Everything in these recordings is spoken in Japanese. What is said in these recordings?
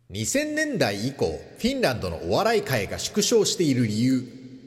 2000年代以降、フィンランドのお笑い界が縮小している理由。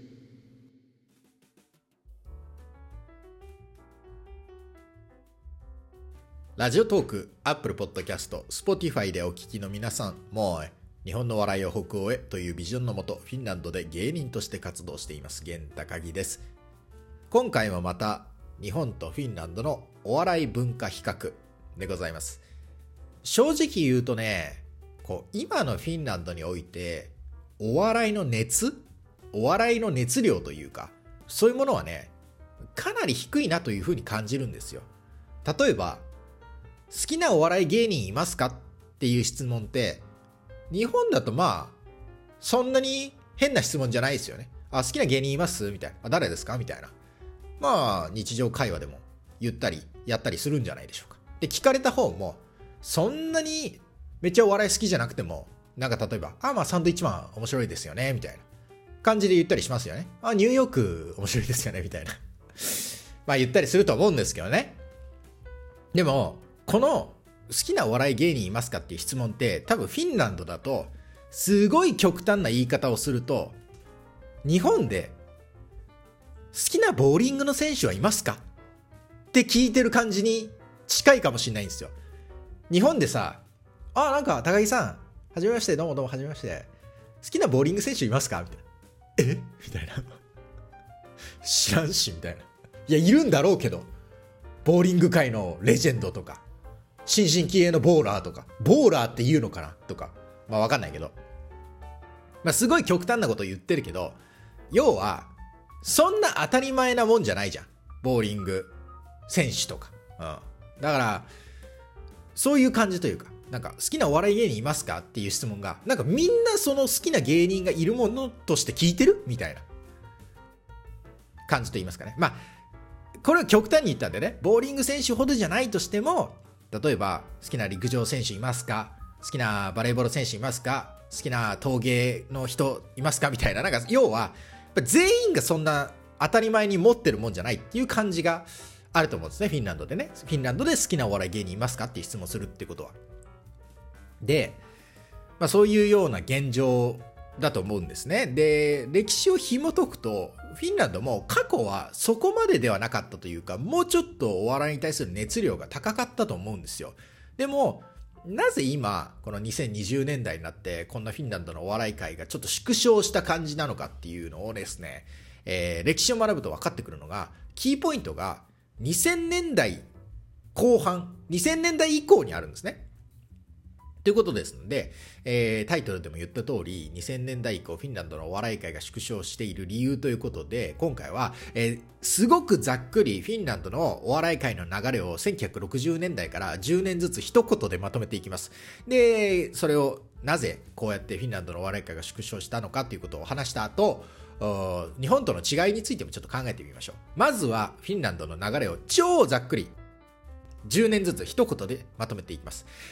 ラジオトーク、アップルポッドキャスト、Spotify でお聞きの皆さん、もう日本の笑いを北欧へというビジョンのもと、フィンランドで芸人として活動しています源高木です。今回もまた日本とフィンランドのお笑い文化比較でございます。正直言うとね、今のフィンランドにおいてお笑いの熱量というか、そういうものはね、かなり低いなというふうに感じるんですよ。例えば、好きなお笑い芸人いますかっていう質問って、日本だとそんなに変な質問じゃないですよね。好きな芸人いますみたいな。誰ですかみたいな。日常会話でも言ったりやったりするんじゃないでしょうか。で、聞かれた方もそんなにめっちゃお笑い好きじゃなくても、例えばサンドイッチマン面白いですよねみたいな感じで言ったりしますよね。ニューヨーク面白いですよねみたいな言ったりすると思うんですけどね。でもこの好きなお笑い芸人いますかっていう質問って、多分フィンランドだとすごい極端な言い方をすると、日本で好きなボーリングの選手はいますかって聞いてる感じに近いかもしれないんですよ。日本でさ、高木さん、はじめまして、どうもはじめまして、好きなボーリング選手いますかみたいな。みたいな。知らんしみたいな。いや、いるんだろうけど、ボーリング界のレジェンドとか、新進気鋭のボーラーとか、ボーラーって言うのかなとか、わかんないけど、すごい極端なこと言ってるけど、要はそんな当たり前なもんじゃないじゃん、ボーリング選手とか。だからそういう感じというか、好きなお笑い芸人いますかっていう質問が、みんなその好きな芸人がいるものとして聞いてるみたいな感じと言いますかね。これは極端に言ったんでね、ボーリング選手ほどじゃないとしても、例えば好きな陸上選手いますか、好きなバレーボール選手いますか、好きな陶芸の人いますかみたいな、要は全員がそんな当たり前に持ってるもんじゃないっていう感じがあると思うんですね。フィンランドでね、フィンランドで好きなお笑い芸人いますかっていう質問するってことは。で、そういうような現状だと思うんですね。で、歴史を紐解くと、フィンランドも過去はそこまでではなかったというか、もうちょっとお笑いに対する熱量が高かったと思うんですよ。でもなぜ今この2020年代になってこんなフィンランドのお笑い界がちょっと縮小した感じなのかっていうのをですね、歴史を学ぶと分かってくるのが、キーポイントが2000年代後半、2000年代以降にあるんですね。ということですので、タイトルでも言った通り、2000年代以降フィンランドのお笑い界が縮小している理由ということで、今回は、すごくざっくりフィンランドのお笑い界の流れを1960年代から10年ずつ一言でまとめていきます。で、それをなぜこうやってフィンランドのお笑い界が縮小したのかということを話した後、日本との違いについてもちょっと考えてみましょう。まずはフィンランドの流れを超ざっくり10年ずつ一言でまとめていきます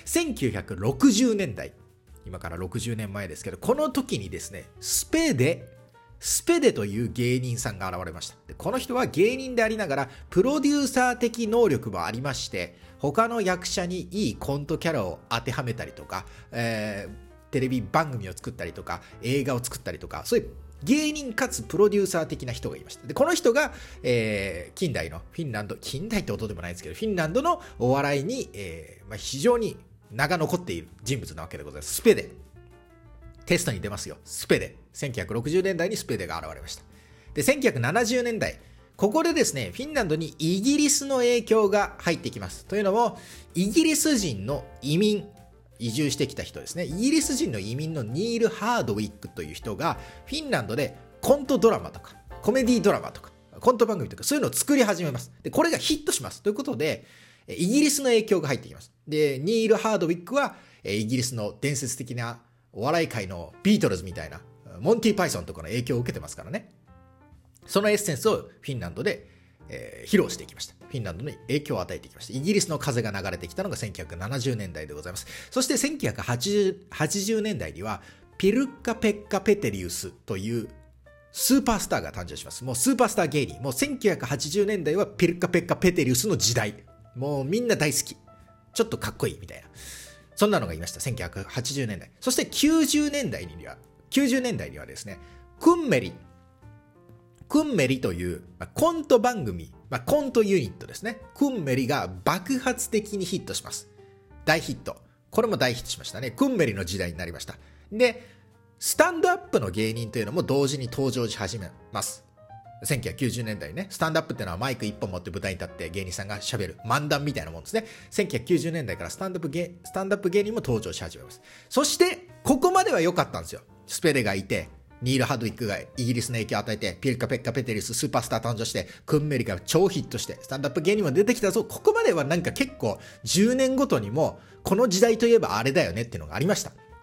。1960年代、今から60年前ですけど、この時にですね、スペデという芸人さんが現れました。で、この人は芸人でありながらプロデューサー的能力もありまして、他の役者にいいコントキャラを当てはめたりとか、テレビ番組を作ったりとか、映画を作ったりとか、そういう芸人かつプロデューサー的な人がいました。で、この人が、近代のフィンランド、近代ってことでもないですけど、フィンランドのお笑いに、非常に名が残っている人物なわけでございます。スペデ。テストに出ますよ。スペデ。1960年代にスペデが現れました。で、1970年代。ここでですね、フィンランドにイギリスの影響が入ってきます。というのも、イギリス人の移住してきた人ですね。イギリス人の移民のニール・ハードウィックという人がフィンランドでコントドラマとかコメディドラマとかコント番組とかそういうのを作り始めます。で、これがヒットしますということで、イギリスの影響が入ってきます。で、ニール・ハードウィックはイギリスの伝説的なお笑い界のビートルズみたいなモンティ・パイソンとかの影響を受けてますからね。そのエッセンスをフィンランドで披露していきました。フィンランドに影響を与えていきました。イギリスの風が流れてきたのが1970年代でございます。そして1980年代にはピルッカ・ペッカ・ペテリウスというスーパースターが誕生します。もうスーパースター芸人。もう1980年代はピルッカ・ペッカ・ペテリウスの時代。もうみんな大好き。ちょっとかっこいいみたいな。 そんなのがいました。1980年代。そして90年代にはですね、クンメリという、コント番組、コントユニットですね。クンメリが爆発的にヒットします。大ヒット。これも大ヒットしましたね。クンメリの時代になりました。で、スタンドアップの芸人というのも同時に登場し始めます。1990年代ね、スタンドアップっていうのはマイク1本持って舞台に立って芸人さんが喋る漫談みたいなもんですね。1990年代からスタンドアップ芸人も登場し始めます。そして、ここまでは良かったんですよ。スペレがいて、ニール・ハドウィックがイギリスの影響を与えて、ピルカ・ペッカ・ペテリス、スーパースター誕生して、クンメリが超ヒットして、スタンドアップ芸人も出てきたぞ。ここまではなんか結構10年ごとにも、この時代といえばあれだよねっていうのがありました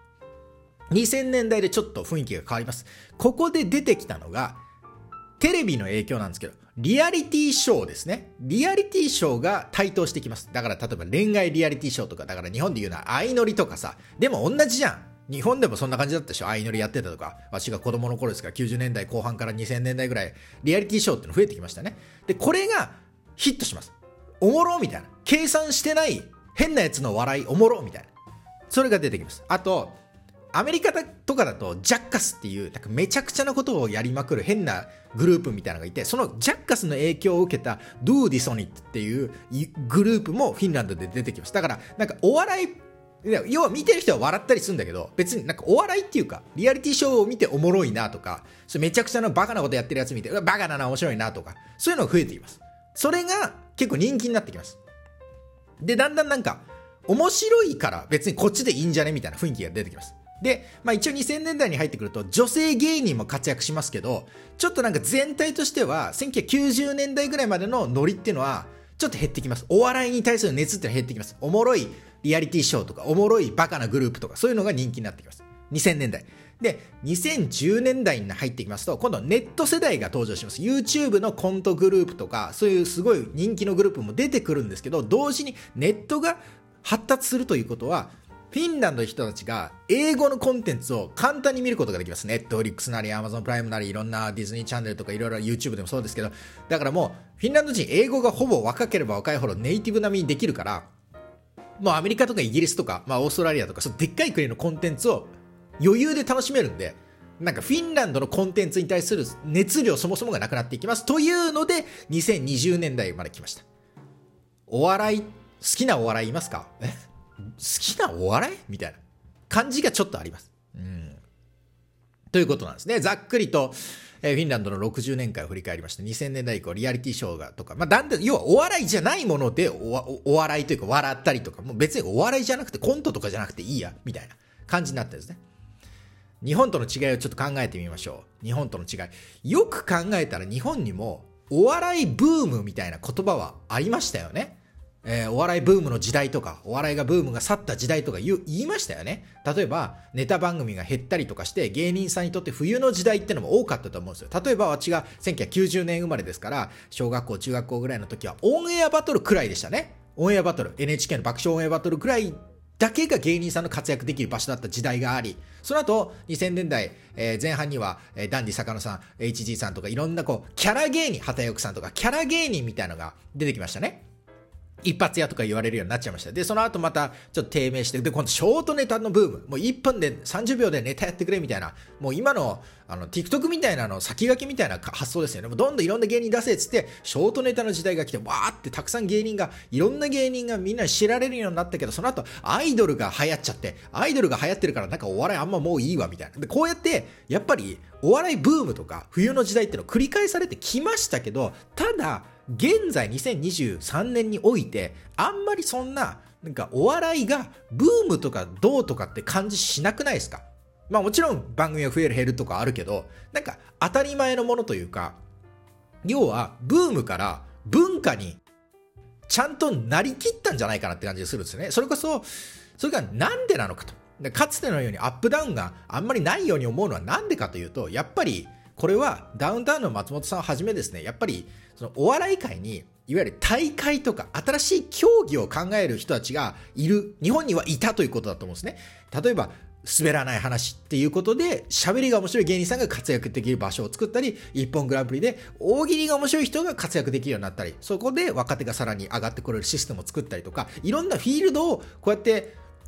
。2000年代でちょっと雰囲気が変わります。ここで出てきたのが、テレビの影響なんですけど、リアリティショーですね。リアリティショーが台頭してきます。だから例えば恋愛リアリティショーとか、だから日本で言うのは相乗りとかさ、でも同じじゃん。日本でもそんな感じだったでしょ。相乗りやってたとか。私が子供の頃ですから90年代後半から2000年代ぐらいリアリティショーっての増えてきましたね。で、これがヒットします。おもろみたいな。計算してない変なやつの笑いおもろみたいな。それが出てきます。あと、アメリカとかだとジャッカスっていうなんかめちゃくちゃなことをやりまくる変なグループみたいなのがいて、そのジャッカスの影響を受けたドゥーディソニットっていうグループもフィンランドで出てきます。だからなんかお笑い、要は見てる人は笑ったりするんだけど、別になんかお笑いっていうかリアリティショーを見ておもろいなとか、それめちゃくちゃなバカなことやってるやつ見てバカだな面白いなとか、そういうのが増えています。それが結構人気になってきます。で、だんだんなんか面白いから別にこっちでいいんじゃねみたいな雰囲気が出てきます。で、一応2000年代に入ってくると女性芸人も活躍しますけど、ちょっとなんか全体としては1990年代ぐらいまでのノリっていうのはちょっと減ってきます。お笑いに対する熱っていうのは減ってきます。おもろいリアリティショーとかおもろいバカなグループとかそういうのが人気になってきます。2000年代で2010年代に入ってきますと今度ネット世代が登場します。 YouTube のコントグループとかそういうすごい人気のグループも出てくるんですけど、同時にネットが発達するということはフィンランドの人たちが英語のコンテンツを簡単に見ることができます。ネットフリックスなり Amazon プライムなりいろんなディズニーチャンネルとかいろいろ YouTube でもそうですけど、だからもうフィンランド人英語がほぼ若ければ若いほどネイティブ並みにできるから、もうアメリカとかイギリスとか、オーストラリアとかそうでっかい国のコンテンツを余裕で楽しめるんで、なんかフィンランドのコンテンツに対する熱量そもそもがなくなっていきますというので2020年代まで来ました。お笑い好きなお笑いいますか？好きなお笑いみたいな感じがちょっとあります。ということなんですね。ざっくりと、フィンランドの60年間を振り返りまして2000年代以降リアリティショーがとか、だんだん要はお笑いじゃないもので お笑いというか笑ったりとか、もう別にお笑いじゃなくてコントとかじゃなくていいやみたいな感じになってるんですね。日本との違いをちょっと考えてみましょう。日本との違いよく考えたら日本にもお笑いブームみたいな言葉はありましたよね。お笑いブームの時代とかお笑いがブームが去った時代とか言いましたよね。例えばネタ番組が減ったりとかして芸人さんにとって冬の時代ってのも多かったと思うんですよ。例えば私が1990年生まれですから小学校中学校ぐらいの時はオンエアバトルくらいでしたね。オンエアバトル NHK の爆笑オンエアバトルくらいだけが芸人さんの活躍できる場所だった時代があり、その後2000年代、前半には、ダンディ坂野さん HG さんとかいろんなこうキャラ芸人畑翼さんとかキャラ芸人みたいなのが出てきましたね。一発屋とか言われるようになっちゃいました。で、その後またちょっと低迷して、で、今度ショートネタのブーム。もう1分で30秒でネタやってくれみたいな。もう今の、TikTok みたいなの先駆けみたいな発想ですよね。もうどんどんいろんな芸人出せっつって、ショートネタの時代が来て、わーってたくさんいろんな芸人がみんなに知られるようになったけど、その後アイドルが流行っちゃって、アイドルが流行ってるからなんかお笑いあんまもういいわみたいな。で、こうやって、やっぱりお笑いブームとか冬の時代っていうのを繰り返されてきましたけど、ただ、現在2023年においてあんまりそんななんかお笑いがブームとかどうとかって感じしなくないですか？もちろん番組が増える減るとかあるけど、なんか当たり前のものというか、要はブームから文化にちゃんとなりきったんじゃないかなって感じがするんですよね。それがなんでなのかと。かつてのようにアップダウンがあんまりないように思うのはなんでかというと、やっぱりこれはダウンタウンの松本さんをはじめですね、やっぱりそのお笑い界にいわゆる大会とか新しい競技を考える人たちがいる、日本にはいたということだと思うんですね。例えば滑らない話っていうことで喋りが面白い芸人さんが活躍できる場所を作ったり、一本グランプリで大喜利が面白い人が活躍できるようになったり、そこで若手がさらに上がってくれるシステムを作ったりとか、いろんなフィールドをこうやって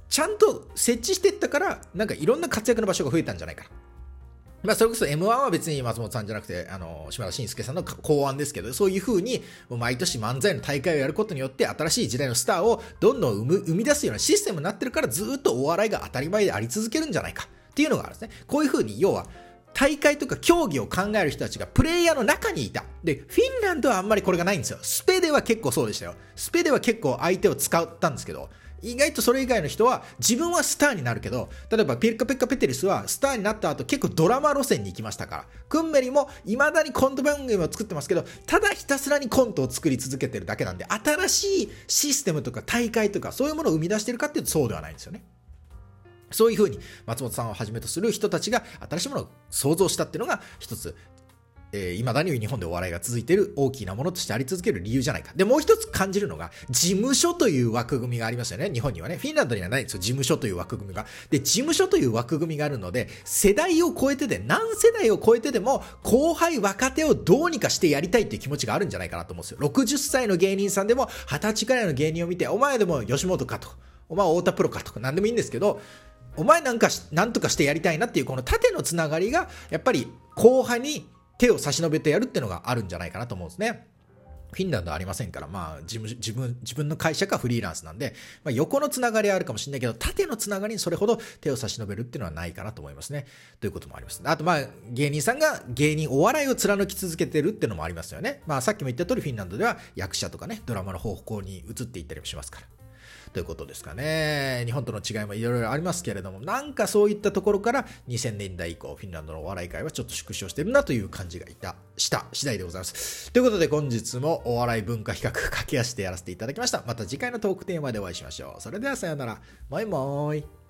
ちゃんと設置していったから、なんかいろんな活躍の場所が増えたんじゃないかな。まあ、それこそ M1 は別に松本さんじゃなくて、島田紳介さんの考案ですけど、そういう風に、毎年漫才の大会をやることによって、新しい時代のスターをどんどん生み出すようなシステムになってるから、ずっとお笑いが当たり前であり続けるんじゃないかっていうのがあるんですね。こういう風に、要は、大会とか競技を考える人たちがプレイヤーの中にいた。で、フィンランドはあんまりこれがないんですよ。スペでは結構そうでしたよ。スペでは結構相手を使ったんですけど、意外とそれ以外の人は自分はスターになるけど、例えばピルカペッカペテリスはスターになった後結構ドラマ路線に行きましたから、クンメリも未だにコント番組を作ってますけど、ただひたすらにコントを作り続けてるだけなんで、新しいシステムとか大会とかそういうものを生み出してるかっていうとそうではないんですよね。そういうふうに松本さんをはじめとする人たちが新しいものを創造したっていうのが一つ、未だに日本でお笑いが続いている大きなものとしてあり続ける理由じゃないか。で、もう一つ感じるのが、事務所という枠組みがありますよね。日本にはね。フィンランドにはないんですよ。事務所という枠組みが。で、事務所という枠組みがあるので、世代を超えてで、何世代を超えてでも、後輩若手をどうにかしてやりたいっていう気持ちがあるんじゃないかなと思うんですよ。60歳の芸人さんでも、20歳くらいの芸人を見て、お前でも吉本かとか、お前太田プロかとか、何でもいいんですけど、お前なんとかしてやりたいなっていうこの縦のつながりがやっぱり後輩に手を差し伸べてやるっていうのがあるんじゃないかなと思うんですね。フィンランドはありませんから、まあ自分の会社かフリーランスなんで、まあ、横のつながりはあるかもしれないけど、縦のつながりにそれほど手を差し伸べるっていうのはないかなと思いますね。ということもあります。あとまあ芸人さんがお笑いを貫き続けてるっていうのもありますよね。まあさっきも言った通りフィンランドでは役者とかね、ドラマの方向に移っていったりもしますから。ということですかね。日本との違いもいろいろありますけれども、なんかそういったところから2000年代以降、フィンランドのお笑い界はちょっと縮小してるなという感じがした次第でございます。ということで本日もお笑い文化比較駆け足でやらせていただきました。また次回のトークテーマでお会いしましょう。それではさようなら。もいもーい。